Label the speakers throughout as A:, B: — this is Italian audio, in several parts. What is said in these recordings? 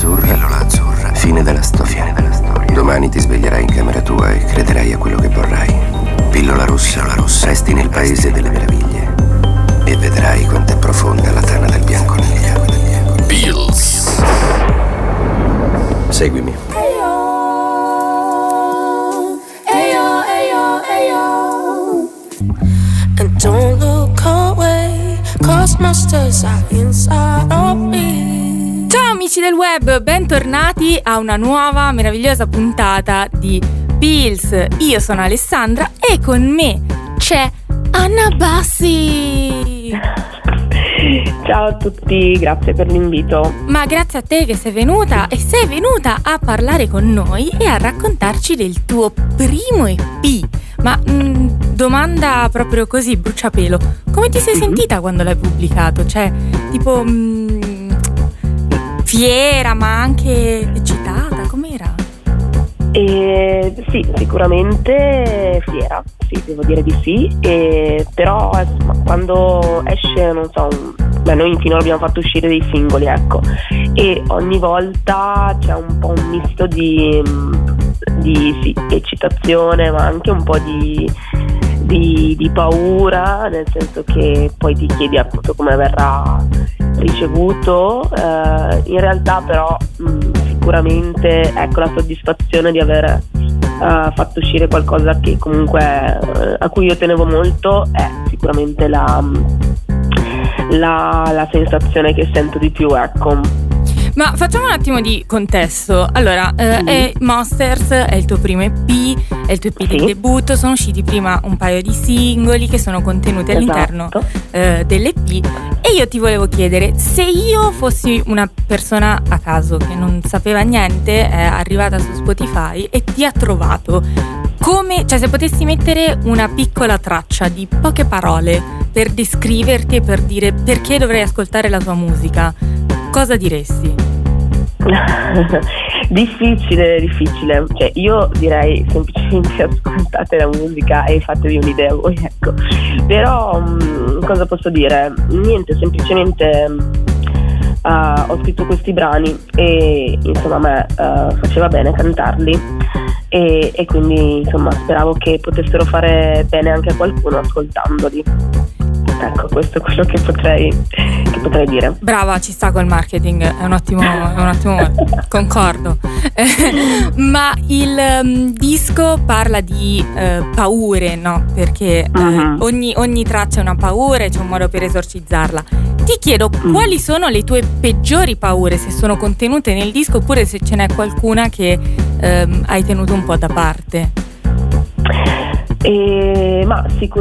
A: azzurra, fine della storia. Domani ti sveglierai in camera tua e crederai a quello che vorrai. Pillola rossa, resti nel paese delle meraviglie e vedrai quanto è profonda la tana del bianconiglio. Pills. Seguimi.
B: And don't look away, 'cause monsters are inside of me.
C: Ciao amici del web, bentornati a una nuova meravigliosa puntata di Pills. Io sono Alessandra e con me c'è Anna Bassi.
D: Ciao a tutti, grazie per l'invito.
C: Ma grazie a te che sei venuta a parlare con noi e a raccontarci del tuo primo EP. Ma domanda proprio così, bruciapelo, come ti sei sentita quando l'hai pubblicato? Cioè, tipo fiera, ma anche eccitata, com'era?
D: Sì, sicuramente fiera, sì, devo dire di sì, però quando esce, non so, noi finora abbiamo fatto uscire dei singoli, ecco, e ogni volta c'è un po' un misto di eccitazione, ma anche un po' di paura, nel senso che poi ti chiedi appunto come verrà ricevuto. In realtà però sicuramente, ecco, la soddisfazione di aver fatto uscire qualcosa che comunque a cui io tenevo molto è sicuramente la sensazione che sento di più, ecco.
C: Ma facciamo un attimo di contesto. Allora, Monsters è il tuo primo EP, è il tuo EP di debutto. Sono usciti prima un paio di singoli che sono contenuti all'interno dell'EP. E io ti volevo chiedere, se io fossi una persona a caso che non sapeva niente, è arrivata su Spotify e ti ha trovato, cioè se potessi mettere una piccola traccia di poche parole per descriverti e per dire perché dovrei ascoltare la tua musica, cosa diresti?
D: Difficile. Cioè, io direi semplicemente ascoltate la musica e fatevi un'idea voi, ecco. Però cosa posso dire? Niente, semplicemente ho scritto questi brani e insomma a me faceva bene cantarli e quindi insomma speravo che potessero fare bene anche a qualcuno ascoltandoli. Ecco, questo è quello che potrei dire.
C: Brava, ci sta col marketing, è un ottimo concordo. Ma il disco parla di paure, no? Perché ogni traccia è una paura e c'è un modo per esorcizzarla. Ti chiedo quali sono le tue peggiori paure, se sono contenute nel disco oppure se ce n'è qualcuna che hai tenuto un po' da parte.
D: Ma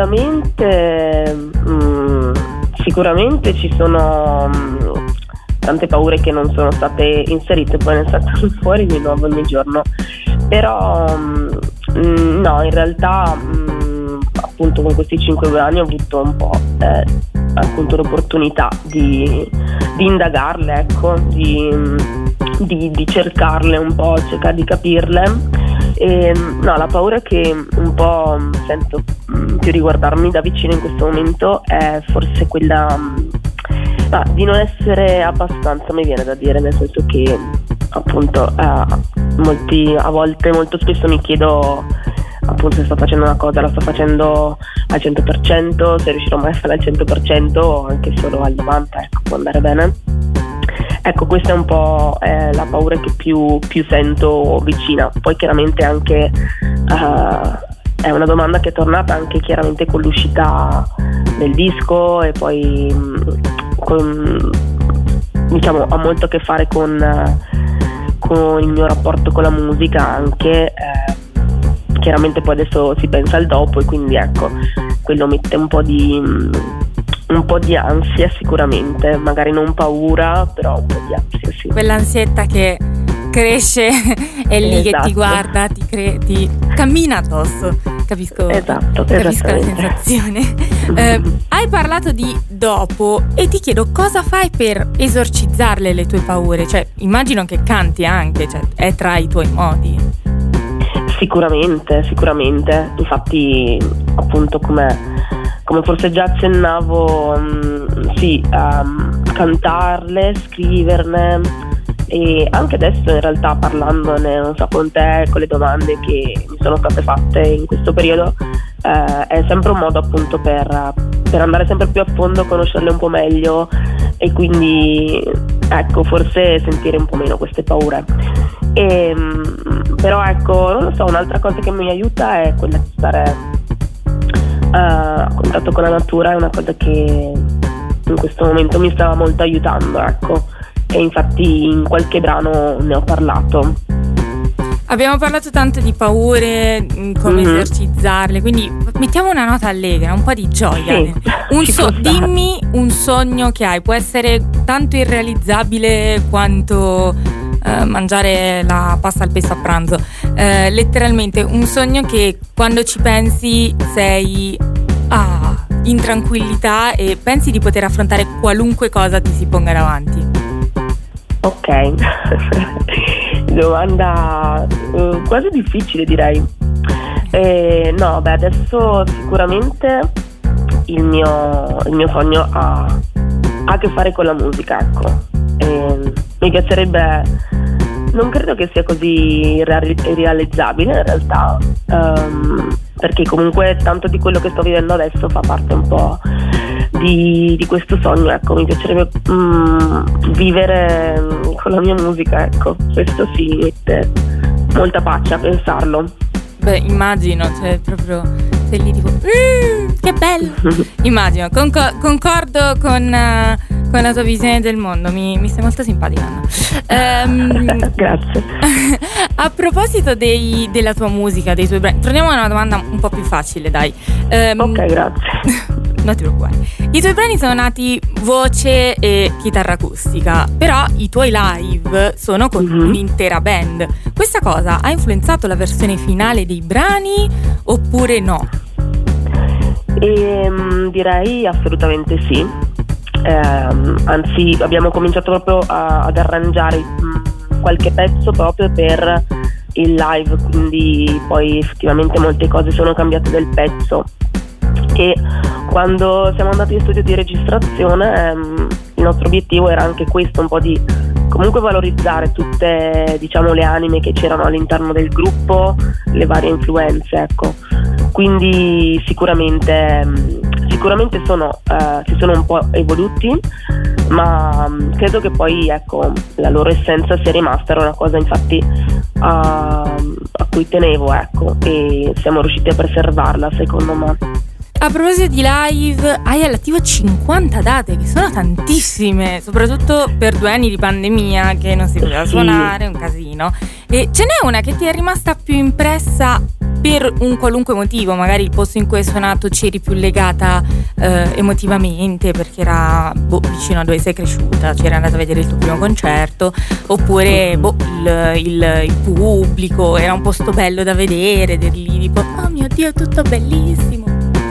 D: sicuramente ci sono tante paure che non sono state inserite, poi ne saltano fuori di nuovo ogni giorno, però no, in realtà appunto con questi 5 anni ho avuto un po' appunto l'opportunità di indagarle, ecco, di cercarle un po', cercare di capirle. No, la paura che un po' sento più riguardarmi da vicino in questo momento è forse quella di non essere abbastanza, mi viene da dire, nel senso che appunto a volte molto spesso mi chiedo appunto se sto facendo una cosa, la sto facendo al 100%, se riuscirò mai a fare al 100% o anche solo al 90%, ecco, può andare bene. Ecco, questa è un po' la paura che più sento vicina. Poi chiaramente anche è una domanda che è tornata anche chiaramente con l'uscita del disco e poi diciamo ha molto a che fare con il mio rapporto con la musica anche. Chiaramente poi adesso si pensa al dopo e quindi ecco, quello mette un po' di ansia sicuramente, magari non paura, però un po' di ansia, sì.
C: Quell'ansietta che cresce è lì che ti guarda, ti cammina addosso. Capisco la sensazione. Hai parlato di dopo e ti chiedo cosa fai per esorcizzarle le tue paure, cioè immagino che canti anche, cioè è tra i tuoi modi.
D: Sicuramente, infatti appunto come forse già accennavo, cantarle, scriverne, e anche adesso in realtà parlandone, non so, con te, con le domande che mi sono state fatte in questo periodo, è sempre un modo appunto per andare sempre più a fondo, conoscerle un po' meglio e quindi ecco, forse sentire un po' meno queste paure. Però ecco, non lo so, un'altra cosa che mi aiuta è quella di stare a contatto con la natura, è una cosa che in questo momento mi sta molto aiutando, ecco, e infatti in qualche brano ne ho parlato.
C: Abbiamo parlato tanto di paure, come esercitarle, quindi mettiamo una nota allegra, un po' di gioia. Sì, dimmi un sogno che hai, può essere tanto irrealizzabile quanto mangiare la pasta al pesto a pranzo, letteralmente un sogno che quando ci pensi sei in tranquillità e pensi di poter affrontare qualunque cosa ti si ponga davanti.
D: Ok, domanda quasi difficile, direi. No, beh, adesso sicuramente il mio sogno ha a che fare con la musica, ecco. Mi piacerebbe, non credo che sia così irrealizzabile in realtà, perché comunque tanto di quello che sto vivendo adesso fa parte un po' di questo sogno, ecco. Mi piacerebbe vivere con la mia musica, ecco. Questo sì, mette molta pace a pensarlo.
C: Beh, immagino, cioè proprio sei lì tipo che bello. Immagino, concordo con la tua visione del mondo, mi stai molto simpatica, Anna.
D: Grazie.
C: A proposito della tua musica, dei tuoi brani, torniamo a una domanda un po' più facile, dai.
D: Ok, grazie.
C: Non ti preoccupare. I tuoi brani sono nati voce e chitarra acustica, però i tuoi live sono con un'intera band. Questa cosa ha influenzato la versione finale dei brani oppure no?
D: Direi assolutamente sì. Anzi, abbiamo cominciato proprio ad arrangiare qualche pezzo proprio per il live, quindi poi effettivamente molte cose sono cambiate del pezzo. E quando siamo andati in studio di registrazione, il nostro obiettivo era anche questo, un po' di comunque valorizzare tutte, diciamo, le anime che c'erano all'interno del gruppo, le varie influenze, ecco. Quindi sicuramente si sono un po' evoluti, ma credo che poi, ecco, la loro essenza sia rimasta. Era una cosa infatti a cui tenevo, ecco, e siamo riusciti a preservarla, secondo me.
C: A proposito di live, hai all'attivo 50 date, che sono tantissime, soprattutto per 2 anni di pandemia che non si poteva suonare, un casino. E ce n'è una che ti è rimasta più impressa per un qualunque motivo, magari il posto in cui hai suonato c'eri più legata emotivamente perché era vicino a dove sei cresciuta, c'eri andata a vedere il tuo primo concerto, oppure il pubblico era un posto bello da vedere, ed eri lì tipo oh mio Dio, è tutto bellissimo.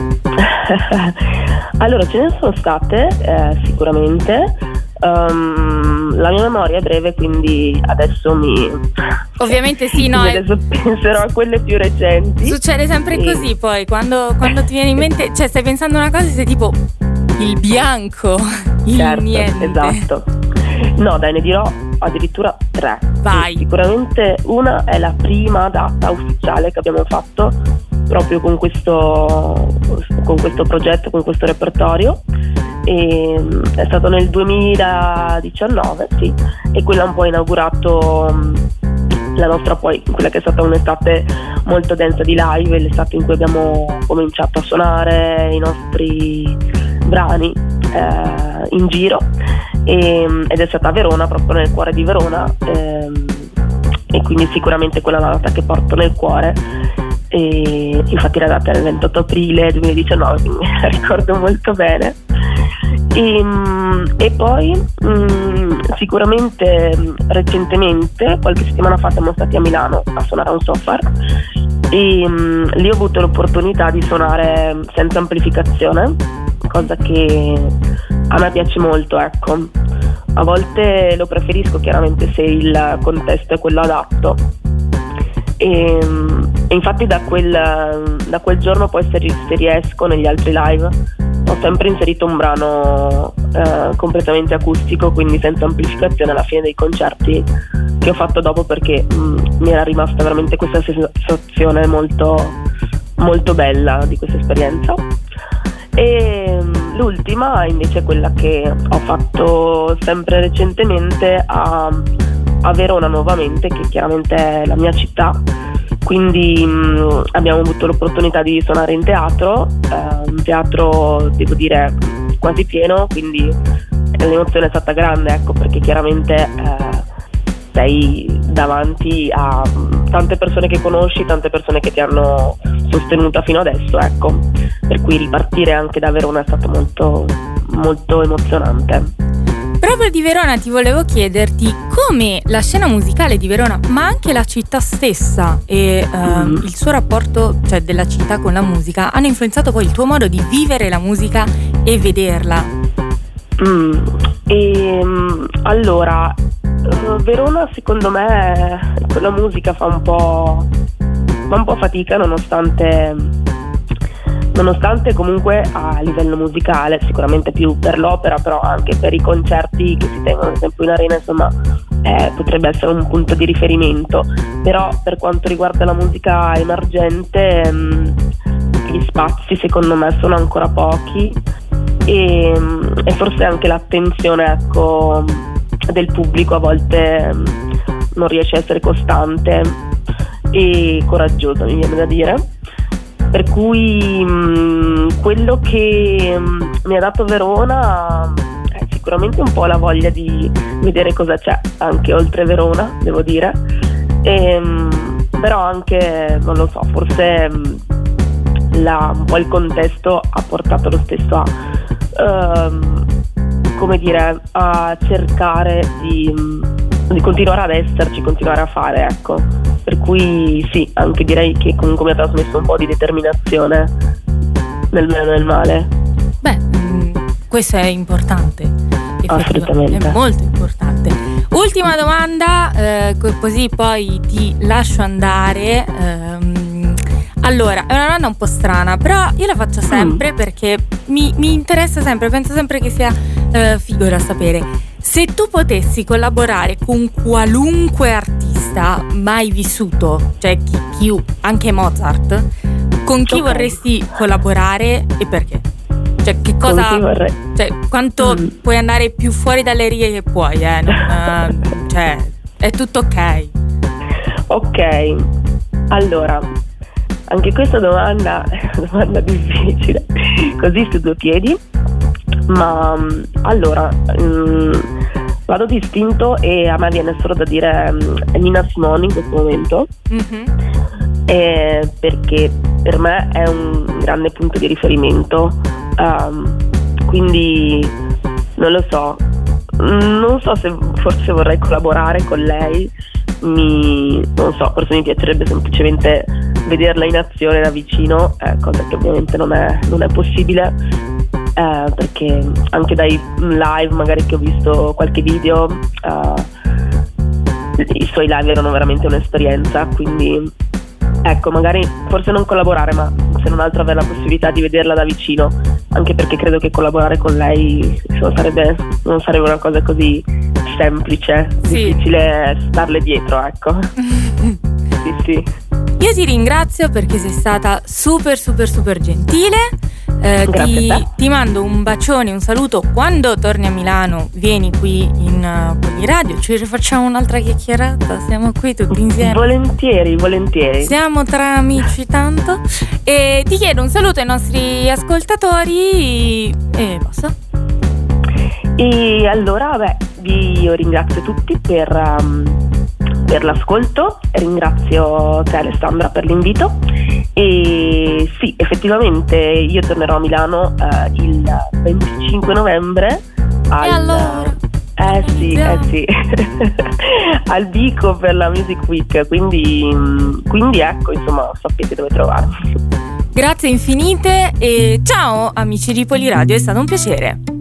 D: Allora, ce ne sono state sicuramente. La mia memoria è breve, quindi adesso
C: ovviamente sì, no,
D: adesso penserò a quelle più recenti.
C: Succede sempre così, poi quando ti viene in mente, cioè stai pensando una cosa e sei tipo il bianco,
D: certo,
C: niente.
D: Esatto. No, dai, ne dirò addirittura 3.
C: Vai.
D: Sicuramente una è la prima data ufficiale che abbiamo fatto proprio con questo progetto, con questo repertorio, e è stato nel 2019, sì, e quella un po' inaugurato la nostra, poi quella che è stata un'estate molto densa di live, l'estate in cui abbiamo cominciato a suonare i nostri brani in giro, ed è stata a Verona, proprio nel cuore di Verona, e quindi sicuramente quella è la data che porto nel cuore. E infatti la data è il 28 aprile 2019, quindi la ricordo molto bene. E poi sicuramente recentemente, qualche settimana fa, siamo stati a Milano a suonare a un Sofar, e lì ho avuto l'opportunità di suonare senza amplificazione, cosa che a me piace molto, ecco. A volte lo preferisco, chiaramente, se il contesto è quello adatto. E infatti da quel giorno poi, se riesco negli altri live, ho sempre inserito un brano completamente acustico, quindi senza amplificazione alla fine dei concerti che ho fatto dopo, perché mi era rimasta veramente questa sensazione molto, molto bella di questa esperienza. E l'ultima invece è quella che ho fatto sempre recentemente a Verona nuovamente, che chiaramente è la mia città, quindi abbiamo avuto l'opportunità di suonare in teatro, un teatro devo dire quasi pieno, quindi l'emozione è stata grande, ecco, perché chiaramente sei davanti a tante persone che conosci, tante persone che ti hanno sostenuta fino adesso, ecco, per cui ripartire anche da Verona è stato molto, molto emozionante.
C: Proprio di Verona ti volevo chiederti come la scena musicale di Verona, ma anche la città stessa e il suo rapporto, cioè della città con la musica, hanno influenzato poi il tuo modo di vivere la musica e vederla.
D: Allora, Verona secondo me con la musica fa un po' fatica, nonostante comunque a livello musicale, sicuramente più per l'opera, però anche per i concerti che si tengono ad esempio in arena, insomma, potrebbe essere un punto di riferimento. Però per quanto riguarda la musica emergente, gli spazi secondo me sono ancora pochi e forse anche l'attenzione, ecco, del pubblico a volte non riesce a essere costante e coraggiosa, mi viene da dire. Per cui quello che mi ha dato Verona è sicuramente un po' la voglia di vedere cosa c'è anche oltre Verona, devo dire, però anche, non lo so, forse un po' il contesto ha portato lo stesso a cercare di continuare ad esserci, continuare a fare, ecco. Per cui sì, anche direi che comunque mi ha trasmesso un po' di determinazione nel bene e nel male.
C: Beh, questo è importante.
D: Assolutamente.
C: È molto importante. Ultima domanda, così poi ti lascio andare. Allora, è una domanda un po' strana, però io la faccio sempre perché mi interessa sempre, penso sempre che sia figo da sapere. Se tu potessi collaborare con qualunque artista mai vissuto, cioè anche Mozart, con chi vorresti collaborare e perché? Cioè che cosa, cioè quanto puoi andare più fuori dalle righe che puoi, cioè è tutto ok.
D: Ok, allora, anche questa domanda è una domanda difficile, così su due piedi, ma allora vado distinto e a me viene solo da dire Nina Simone in questo momento, perché per me è un grande punto di riferimento, quindi non so se forse vorrei collaborare con lei, non so, forse mi piacerebbe semplicemente vederla in azione da vicino, cosa che ovviamente non è possibile, perché anche dai live magari che ho visto qualche video, i suoi live erano veramente un'esperienza, quindi ecco, magari forse non collaborare, ma se non altro avere la possibilità di vederla da vicino, anche perché credo che collaborare con lei non sarebbe una cosa così semplice, difficile starle dietro, ecco. Sì.
C: Io ti ringrazio perché sei stata super super super gentile. Ti mando un bacione, un saluto. Quando torni a Milano vieni qui in Poliradio, ci rifacciamo un'altra chiacchierata, siamo qui tutti insieme.
D: Volentieri.
C: Siamo tra amici tanto. E ti chiedo un saluto ai nostri ascoltatori e basta.
D: E allora io ringrazio tutti per l'ascolto, ringrazio te Alessandra per l'invito e sì, effettivamente io tornerò a Milano il 25 novembre sì al Bico per la Music Week, quindi ecco, insomma, sapete dove trovarmi.
C: Grazie infinite e ciao amici di Poliradio, è stato un piacere.